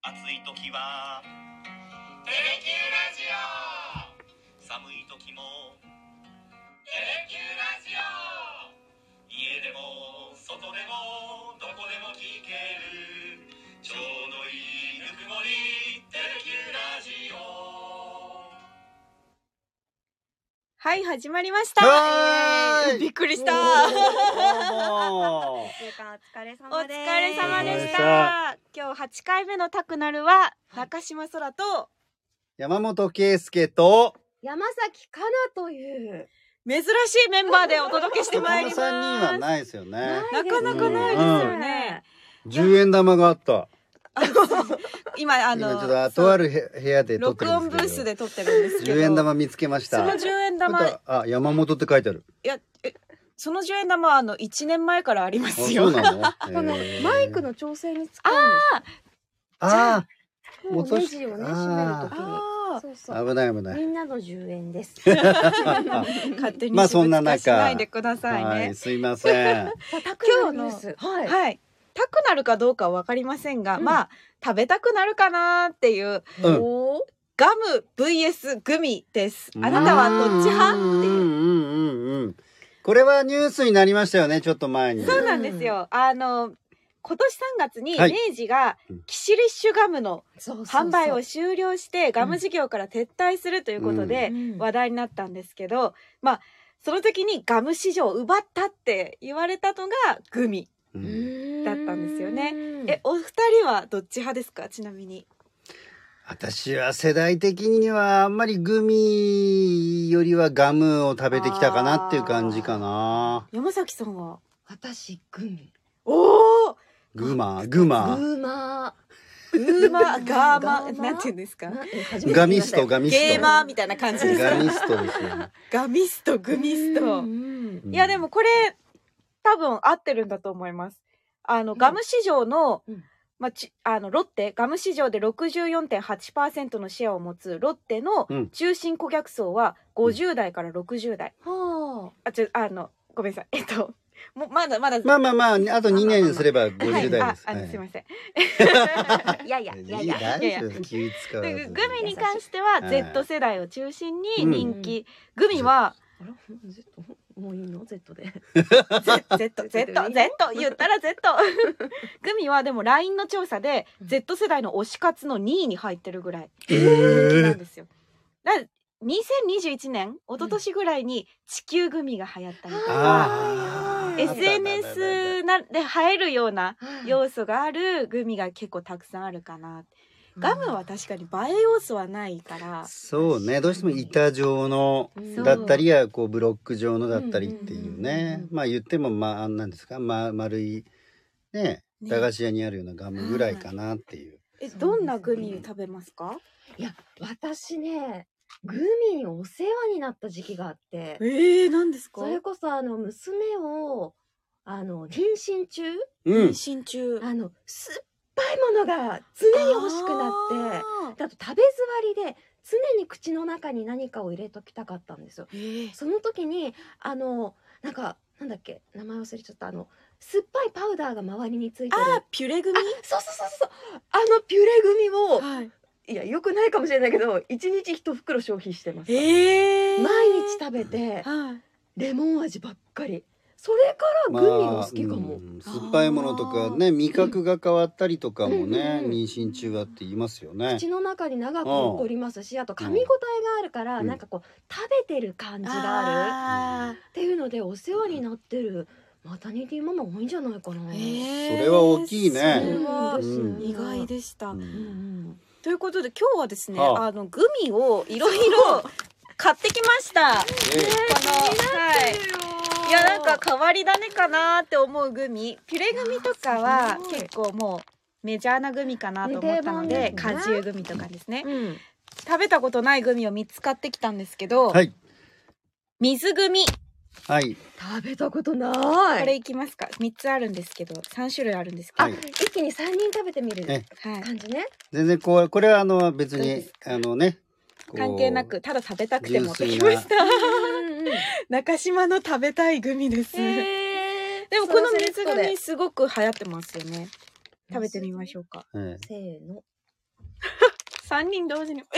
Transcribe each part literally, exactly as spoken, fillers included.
暑い時はテレキューラジオ、寒い時もテレキューラジオ、家でも外でもどこでも聞けるちょうどいいぬくもり、テレキューラジオ。 はい、始まりました。えー、びっくりした。 お疲れ様お疲です。 れ様でした。今日はちかいめのタクナルは中島空と山本圭介と山崎かなという珍しいメンバーでお届けしてまいります。 このさんにんはないですよね。 なかなかないですよね。 じゅうえん玉があった。 今あの今ちょっととある部屋で撮って録音るんですけど、 ブースで撮ってるんですけど、 じゅうえん玉見つけました。 そのじゅうえん玉、いあ、山本って書いてある。 やえそのじゅうえん玉はあのいちねんまえからありますあ、 よ。 そうなの？ このマイクの調整に使うんああ、 です。もうネジをね閉めるときに。 あそうそう。 危ない危ない。 みんなのじゅうえんです。 ー勝手にまあそんな中私物化しないでくださいね。 はい、すいません。 今日のはい。 はい。たくなるかどうかはわかりませんが、 うんまあ食べたくなるかなっていううんおーガム ブイエス グミです。あなたはどっち派っていう。 うんうんうんうん。これはニュースになりましたよね、ちょっと前に。 そうなんですよ。あの今年さんがつにはい明治がうんキシリッシュガムのそうそうそう販売を終了してガム事業から撤退するということでうん話題になったんですけど、まあその時にガム市場を奪ったって言われたのがグミううんんだったんですよね。 うんえ、お二人はどっち派ですか？ちなみに。 私は世代的にはあんまりグミよりはガムを食べてきたかなっていう感じかな。 山崎さんは？ 私グミ。 おお。 グマグマグーマグーマガーマガーマなんて言うんですか？ ー。なえ初めてガ言いましたよミストガミストゲーマーみたいな感じですか？ ガミストですよ。 ガミストグミスト。 うんうんいやでもこれ多分合ってるんだと思います。あの、 んガム市場の、 うんまあ、ちあのロッテガム市場で ろくじゅうよんてんはちパーセント のシェアを持つロッテのうん中心顧客層はごじゅう代からろくじゅう代。 はあちょあのごめんなさい。えっともうまだまだまあまあまああとにねんすればごじゅう代です。 はい、ああの、 はいすいません。 あ。いやいやいやいや。 大いやいや丈夫気を使わずでグミに関してははい Z 世代を中心に人気、グミはあら Z もういいの Z で。 Z Z Z Z 言ったら Z グミはでも ライン の調査で Z 世代の推し活のにいに入ってるぐらいえ人気なんーですよ。だにせんにじゅういちねん一昨年ぐらいに地球グミが流行ったりとか、 あーエスエヌエス なで映えるようなはい要素があるグミが結構たくさんあるかな。ガムは確かに映え要素はないから、 そうね、どうしても板状のうんだったりやこうブロック状のだったりっていううんうんうんね、 うんまあ言ってもまあなんですか、ま丸いねね駄菓子屋にあるようなガムぐらいかなっていう。 えどんなグミ食べますか？ いや私ねグミにお世話になった時期があって、 えー、何ですか？ それこそあの娘をあの妊娠中うん妊娠中あの酸っぱいものが常に欲しくなって、あと食べ座りで常に口の中に何かを入れときたかったんですよ。 えー、 その時にあのなんかなんだっけ名前忘れちゃった、あの酸っぱいパウダーが周りについてる、 あピュレグミ？ そうそうそうそうあのピュレグミを、 はい。 いやよくないかもしれないけど一日一袋消費してます。 えー、 毎日食べてはい。 レモン味ばっかり。それからグミが好きかも。 うん酸っぱいものとかね味覚が変わったりとかもね、 うん妊娠中はって言いますよね。 口の中に長く残りますし、あと噛み応えがあるから、 うんなんかこう食べてる感じがあるあっていうのでお世話になってるマタニティママ多いんじゃないかな。 ー、えー、 それは大きいねそれはうん意外でした。 うんうんうんということで今日はですね、 はああのグミをいろいろ買ってきました。このはい。いやなんか変わり種かなって思うグミ、ピュレグミとかはすごい結構もうメジャーなグミかなと思ったので、 定番ですね果汁グミとかですね。 うん食べたことないグミをみっつ買ってきたんですけど、 はい水グミ、 はい食べたことない。 これいきますか？みっつあるんですけど、さん種類あるんですけど、 はい一気に三人食べてみるねはい、 感じね。 全然こうこれはあの別にどうですあのねこう関係なくただ食べたくて持ってき純粋なました。中島の食べたいグミです。 えでもこの水グミすごく流行ってますよね。食べてみましょうか。 ええせーの。 三人同時に。え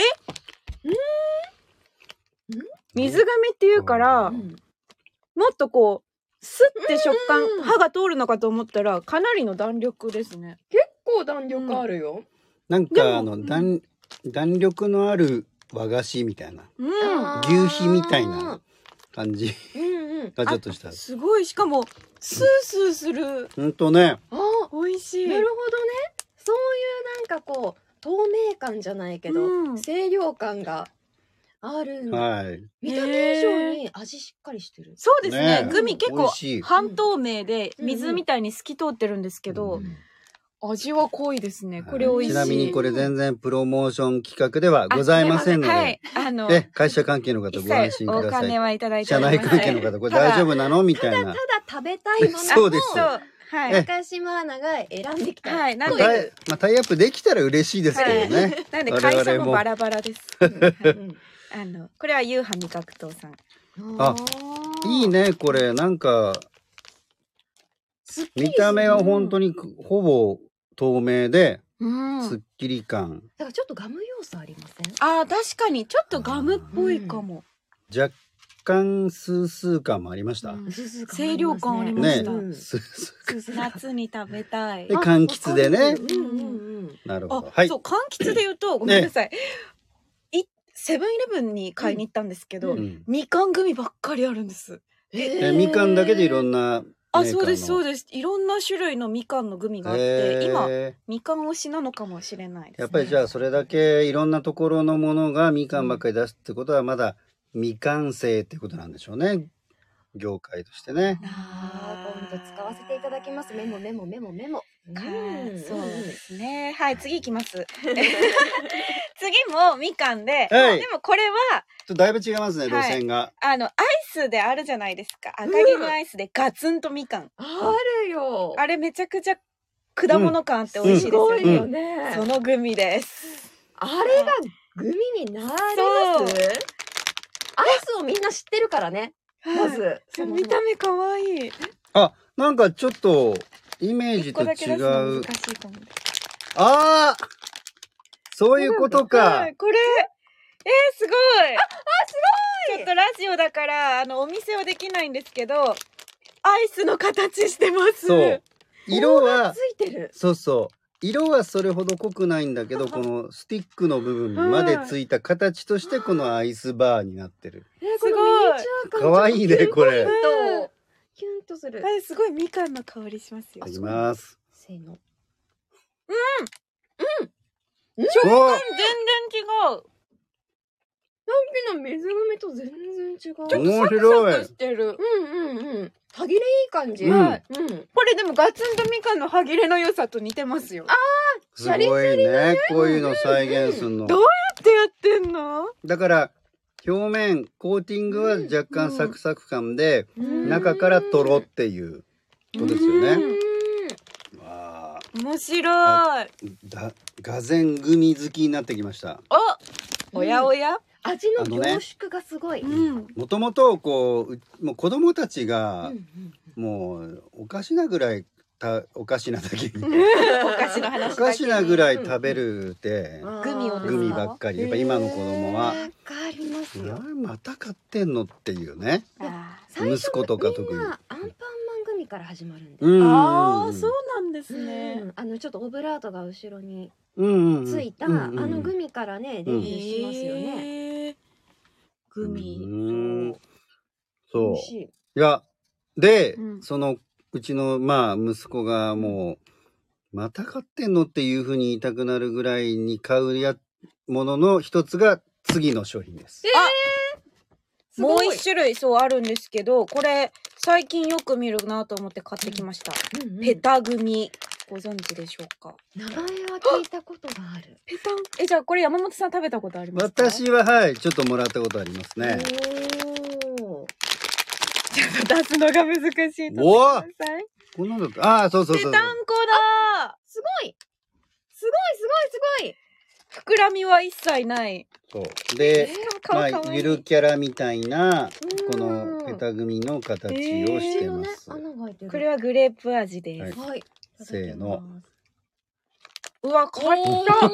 水亀っていうから、 うんもっとこう、スッて食感、 うん歯が通るのかと思ったら、かなりの弾力ですね。 結構弾力あるよ。 なんでもかあの弾弾力のある和菓子みたいなうん。 牛皮みたいな感じうんうん。 がちょっとした。 すごい、しかも、スースーする。 ほんとね。 あ、 美味しい。 なるほどね。そういうなんかこう透明感じゃないけど、 うん清涼感があるんだ。 はい。 見た目以上に味しっかりしてる。 そうですね。 ねグミ結構美味しい半透明でうん水みたいに透き通ってるんですけど、 うん味は濃いですね。これはい美味しい。 ちなみにこれ全然プロモーション企画ではございませんので、 はい。あの、 え会社関係の方一ご安切お心ください。 金はいただいて社おりません。 内関係の方これ大丈夫なのみたいな。 ただ食べたいものをそうですそう。はい。 え高島アナが選んできた。 はいなんでまあタイまあタイアップできたら嬉しいですけどね。 なんで我会 々も社もバラバラです。 うんあの、これはユーハ味覚糖さん。 あいいねこれなんかすっきりする見た目は本当にほぼ透明でうん。 すっきり感、 だからちょっとガム要素ありません？ ああ、確かに、ちょっとガムっぽいかも。 若干スースー感もありました。 うんすす清涼感ありまねした。 うんスースーすす夏に食べたいで。柑橘でね。 うんうんうん。 なるほど。 あ、 はいそう、柑橘で言うと、ごめんなさい。い、セブンイレブンに買いに行ったんですけど、 うんうんみかんグミばっかりあるんです。 えみかんだけでいろんなあ、そうです、そうでです。いろんな種類のみかんのグミがあって、今、みかん推しなのかもしれないです、ね。 やっぱりじゃあそれだけいろんなところのものがみかんばっかり出すってことはまだ未完成ってことなんでしょうね、業界としてね。 ああ、今度使わせていただきます。メモメモメモメモ。 かうんそうですね。はい、次行きます。次もみかんで、 はいでもこれは、 ちょっとだいぶ違いますね、 はい路線が。 あの、アイスであるじゃないですか。赤毛のアイスでガツンとみかん。 あるよ。 あれめちゃくちゃ果物感あって美味しいですよね。 すごいよね。 そのグミです。 あれがグミになります？アイスをみんな知ってるからね。まず。 そう見た目可愛い。 あ、なんかちょっとイメー一個ジと違だけ出すのう。 難しいかも。 ああそういうことかは。いこれ、えー、すごい。あ、あ、すごい。ちょっとラジオだから、あの、お見せはできないんですけど、アイスの形してます。 そう。色はつ、いてる。 そうそう。色はそれほど濃くないんだけど、このスティックの部分までついた形としてこのアイスバーになってる。 えすごいこのミニチュア感かわいいねこれキュンとキュンとする。 あれすごいみかんの香りしますよ。 いただきます。 せーの。 お全然違う。 さっきの水組と全然違う。 ちょっと面サク白いサクしてる。 うんうんうん。歯切れいい感じ。 うんはい。うん。 これでもガツンとみかんの歯切れの良さと似てますよ。 すごいね。こういうの再現するの。 どうやってやってんの？ だから表面コーティングは若干サクサク感で、 うん中からとろっていうことですようね。 んわあ、 面白い。 だ、がぜんグミ好きになってきました。 お、おやおや。 味のあのね凝縮がすごい。 うん。 もともとこう、うもう子供たちがうんもうおかしなぐらいたおかしなだけにお菓子の話だけにおかしなぐらい食べるってグミをですかグミばっかり。やっぱ今の子供はわかりますなよ。 また買ってんのっていうね。 あ最初息子とか特にみんなアンパンマングミから始まるんで。 うんあー、そうなんですね。 うんあのちょっとオブラートが後ろにうんうんついた、 うんうんあのグミからねデビューしますよね。 へーグミ。 うんそう美味しい。 いやで、 うんそのうちのまあ息子がもうまた買ってんのっていうふうに言いたくなるぐらいに買うやものの一つが次の商品です。 すごいもう一種類そうあるんですけど、これ最近よく見るなと思って買ってきました。 うんうんペタグミ、ご存知でしょうか？ 名前は聞いたことがある。 ペタン。え、じゃあこれ山本さん食べたことありますか？ 私ははいちょっともらったことありますね。 おー出すのが難しいとお思ってください。 こんなのだったああそうそうそうそう。 ペタンコだ。 すごいすごいすごいすごい。 膨らみは一切ない。 そうで、まあ顔かわいいゆるキャラみたいなこうんのペタ組の形をしてます。 口のね穴が開いてる。 これはグレープ味です。 はいはい。 せーの。 うわ、買った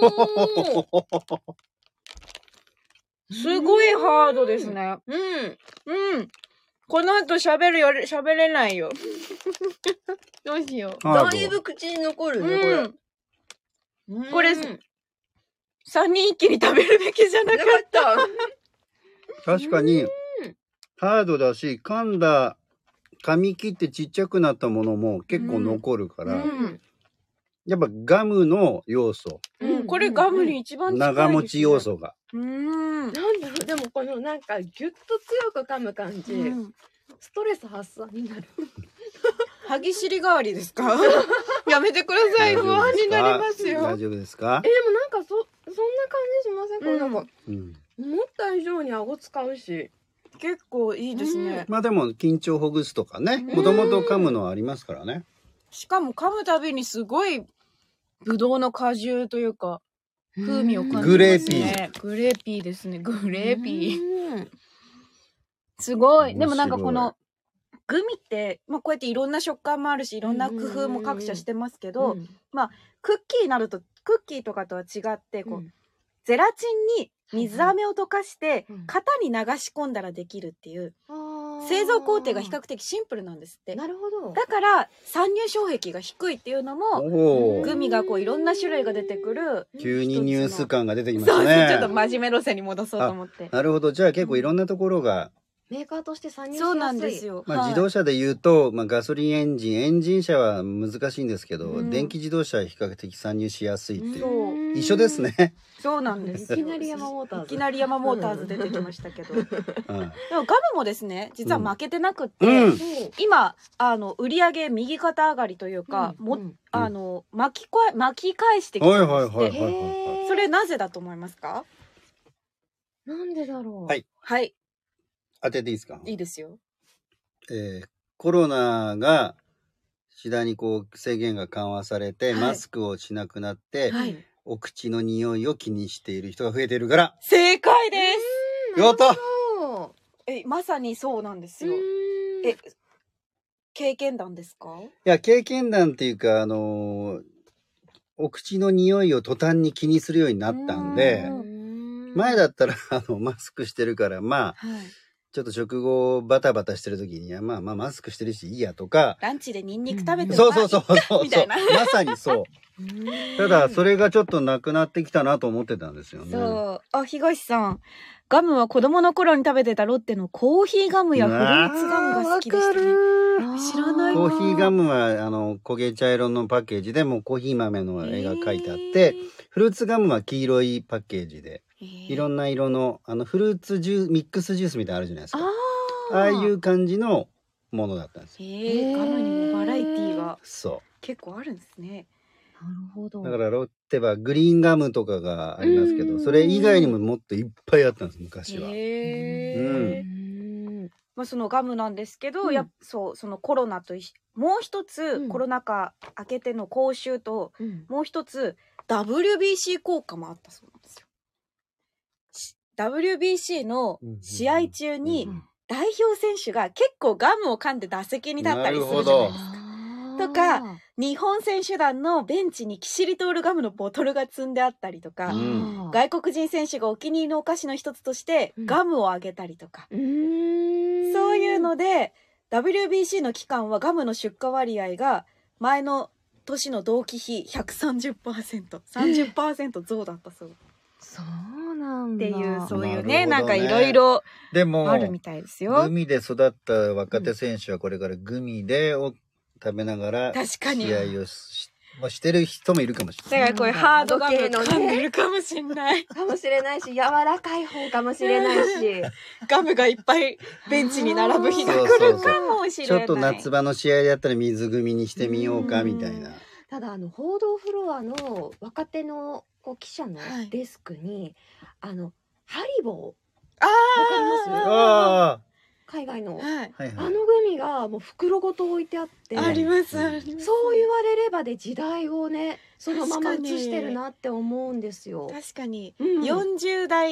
すごいハードですね。 うん。 うん。この後喋るより、喋れないよ。どうしよう。 ハードだいぶ口に残るね、これ。 うん。 うんこれなか三人一気に食べるべきじゃなかっった。 確かにハードだし、噛んだ噛み切ってちっちゃくなったものも結構残るから、 うんやっぱガムの要素、 た。うん、これガムに一番近いです、ね。 長持ち要。素が、 うん。 なんだろう、でもこのなんかギュッと強く噛む感じ、 うんストレス発散になる。 歯ぎしり代わりですかやめてください。不安になりますよ。 大丈夫ですかえ、でもなんかそ、そんな感じしません？これなんか、 うん、 思った以上に顎使うし。 結構いいですね。 まあでも緊張ほぐすとかね、 うんもともと噛むのはありますからね。 しかも噛むたびにすごいぶどうの果汁というか風味を感じますね。 グレーピー。 グレーピーですね。グレーピー。 うんすごい。 面白いでもなんかこのグミって、まあ、こうやっていろんな食感もあるしいろんな工夫も各社してますけど、 うんクッキーになるとクッキーとかとは違ってこう、 うんゼラチンに水飴を溶かしてうん型に流し込んだらできるっていうあー製造工程が比較的シンプルなんですって。 なるほど。 だから参入障壁が低いっていうのもおお、 グミがこういろんな種類が出てくる。 急にニュース感が出てきまそうしたね。 ちょっと真面目路線に戻そうと思って。 なるほど。じゃあ結構いろんなところが、 メーカーとして参入しやすい。 そうなんです。よ。 まあ、 はい自動車で言うと、まあ、ガソリンエンジンエンジン車は難しいんですけど、 うん電気自動車は比較的参入しやすいっていう、 そう一緒ですね、 そうなんですよ。 いきなりヤマモーターズ。 いきなりヤマモーターズ出てきましたけど。でもうんガムもですね、実は負けてなくって、 うんそう。 今あの売り上げ右肩上がりというか、もうんあの巻き返巻き返してきたはいんですって。 はいはいはいへはいーそれなぜだと思いますか？ なんでだろう。 はいはい、 当てていいですか？ いいですよ。 えーコロナが次第にこう制限が緩和されて、 はいマスクをしなくなって、 はい、 お口の匂いを気にしている人が増えているから。 正解でやったそす。え、まさにそうなんですう。 よ。 うーんえ、経験談ですか？ いや、経験談っていうか、あのーお口の匂いを途端に気にするようになったんでう、 うーん前だったら、あの、マスクしてるから、まあ、 はい。 ちょっと食後バタバタしてる時に、いや、まあまあマスクしてるしいいやとか、 ランチでニンニク食べてそうそうそうそうそう、 みたいなまさにそう。 うーんただ、それがちょっとなくなってきたなと思ってたんですよね。 そう。あ、東さん。ガムは子供の頃に食べてたロッテのコーヒーガムやフルーツガムが好きでしたね。知らないコーヒーガムは、あの、焦げ茶色のパッケージでもうコーヒー豆の絵が描いてあって、フルーツガムは黄色いパッケージで、いろんんな色の、あの、フルーツジュース、ミックスジュースみたいなのあるじゃないですか。 あああいう感じのものだったんですよ。 へえ、ガムにもバラエティーがそ結構あるんですね。 なるほど。 う。だからロッテはグリーンガムとかがありますけど、 うんそれ以外にももっといっぱいあったんです、昔は。 へうえ。 ーんまあそのガムなんですけど、 うんやっそうそのコロナといもう一つ、 うんコロナ禍明けての口臭とうんもう一つ ダブリュービーシー 効果もあったそうなんですよ。し ダブリュービーシー の試合中にうん代表選手が結構ガムを噛んで打席に立ったりするじゃないですか。 あーとか日本選手団のベンチにキシリトールガムのボトルが積んであったりとか、 うん外国人選手がお気に入りのお菓子の一つとしてうんガムをあげたりとか、 うーんそういうので ダブリュービーシー の期間はガムの出荷割合が前の年の同期比 ひゃくさんじゅっパーセント、さんじゅっパーセント 増だったそうそうなんだっていうそういうなるほどねねなんかいろいろでも、 あるみたいですよグ。ミで育った若手選手はこれからグミでを食べながら確かに試合をしもうしてる人もいるかもしれない。 だからこういうハードガム時計のね噛んでるかもしんない。 かもしれないし柔らかい方かもしれないしガムがいっぱいベンチに並ぶ日が来るかもしれない。 ちょっと夏場の試合でやったら水グミにしてみようかみたいな。 ただあの報道フロアの若手のこう記者のはいデスクに、あのハリボあーわかりますあ海外の、 あ、はい。 あ、はいあはい。 のグミがもう袋ごと置いてあってありますあります。 そう言われればで時代をねそのまま映確かにしてるなって思うんですよ。 確かにうんよんじゅう代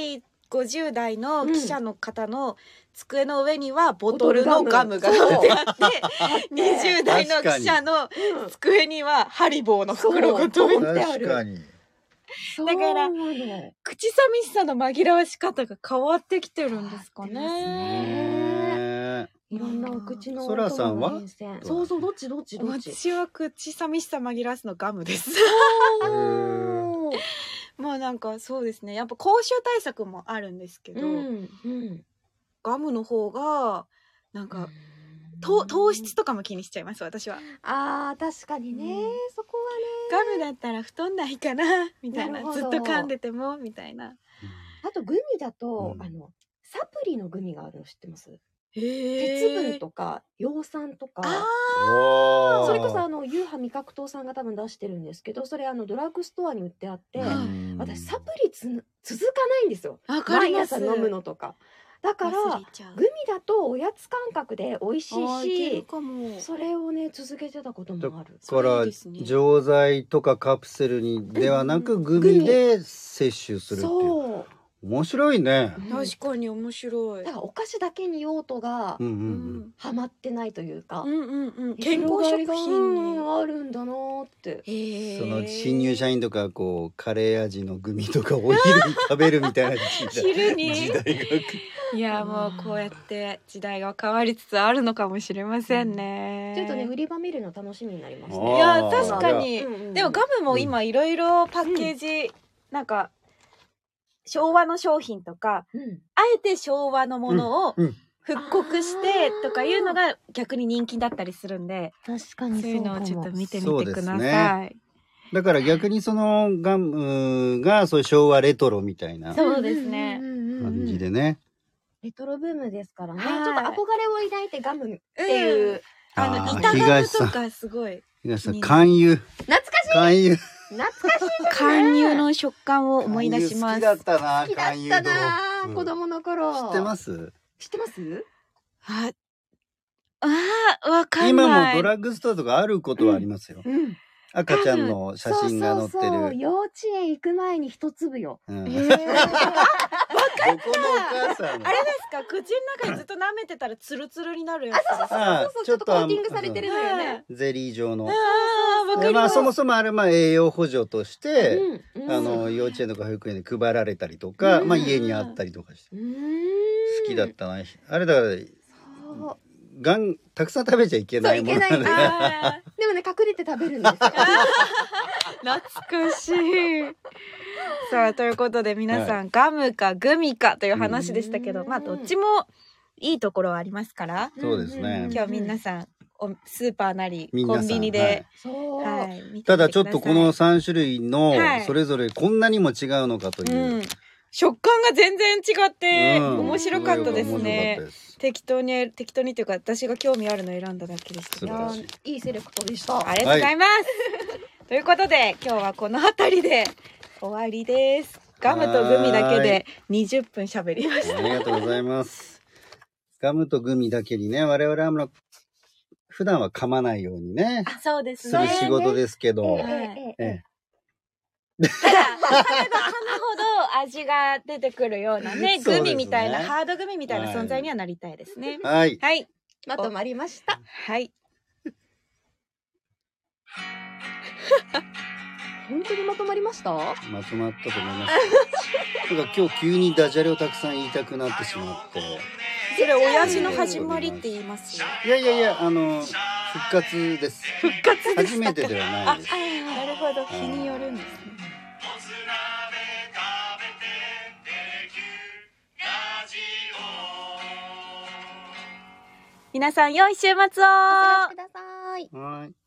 ごじゅう代の記者の方の机の上にはボトルのガムが置いてあってにじゅう代の記者の机にはハリボーの袋が飛びってある確かに。 そうだからなの口寂しさの紛らわし方が変わってきてるんですか変わってますね。 ねいろんなお口のそらさんは音の変遷そうそうどっちどっちどっち私は口寂しさ紛らわすのガムですおーもうなんかそうですね、やっぱ口臭対策もあるんですけど、 うんうんガムの方がなんかと糖質とかも気にしちゃいます私は。 あー確かにね、 うんそこはガムだったら太んないかなみたいな、 なるほどずっと噛んでてもみたいな。 ねあとグミだと、 うんあのサプリのグミがあるの知ってます？ へ鉄分ーとか葉酸とかあおーそれこそあのユーハ味覚糖さんが多分出してるんですけど、それあのドラッグストアに売ってあって、 うん私サプリつ続かないんですよ。 わかり毎ます。 朝飲むのとか。だから忘れちゃうグミだとおやつ感覚で美味しあーいけるいし、 かも。 それをね続けてたこともある。 だからそうですね錠剤とかカプセルにではなくグミで摂取するっていう。 そう。 面白いね。 確かに面白い。 だからお菓子だけに用途がうんううんんハマってないというか、 うんうんうん。健康食品に。 うんあるんだなーって。 へーその新入社員とかこうカレー味のグミとかお昼に食べるみたいな時代昼に時代が来るいやもうこうやって時代が変わりつつあるのかもしれませんね。 ちょっとね売り場見るの楽しみになりましたあーいや確かに。 うんうんでもガムも今いろいろパッケージ、なんか昭和の商品とかうんあえて昭和のものをうんうん復刻してとかいうのが逆に人気だったりするんで、 確かそうにいうのをちょっと見てみそうですてくださねい。 だから逆にそのガムがそういう昭和レトロみたいなそうですね感じでね。 レトロブームですからね。ちはいょっと憧れを抱いてガムっていう、 あのあー板ガム東さんとかすごい東さんうん勧誘懐かしい勧誘懐かしいですね。 貫入の食感を思い出します。 好きだったな好きだ勧誘ったな道ー、子供の頃。 知ってます知ってますああーわかんない。 今もドラッグストアとかあることはありますよ。 うん。 赤ちゃんの写真が載ってそうそうそうる。 幼稚園行く前に一粒よ。 うんへーどこのお母さんあれですか、口の中にずっと舐めてたらツルツルになるやつですか。 あそうそう、ちょっとコーティングされてるのよね。 ゼリー状の。 ああ、わかります。 まあそもそもあれまあ栄養補助として、 うんうんあの幼稚園とか保育園で配られたりとか、 うんまあ家にあったりとかしてうーん好きだったな。あれだからそうがんたくさん食べちゃいけないものそういけないあーでもね隠れて食べるんですよ。 懐かしい。さあということで皆さん、ガムかグミかという話でしたけど、 うんまあどっちもいいところはありますから、 そうですね今日皆さんおスーパーなり皆さんコンビニで、 そう、 はい見てみてただちょっくさいとこのさん種類のはいそれぞれこんなにも違うのかというう、 ん、食感が全然違ってうん面白かったです面白かねっ。たです適当に適当にというか私が興味あるのを選んだだけでしたけど。 素晴らしいいやいいセレクトでした。 ありがとうございます。ということで今日はこの辺りで終わりです。ガムとグミだけでにじゅっぷん喋りました。 ありがとうございます。ガムとグミだけにね、我々はあの普段は噛まないようにね、 そうですする仕事ですけど、 ええはいえええただ噛めば噛むほど味が出てくるようなね、 そうですねグミみたいなハードグミみたいな存在にはなりたいですね。 えはい。 はいまとまりました。 はい。 本当にまとまりました？ まとまったと思います。なんか今日急にダジャレをたくさん言いたくなってしまって。 それ親父の始まりって言いますよ。 いやいやいや、あの、復活です。 復活です初めてではないです。 あ、なるほど、日によるんですね。 もつ鍋食べてテレキューラジオ皆さん良い週末を。 お過ごしください。 はい。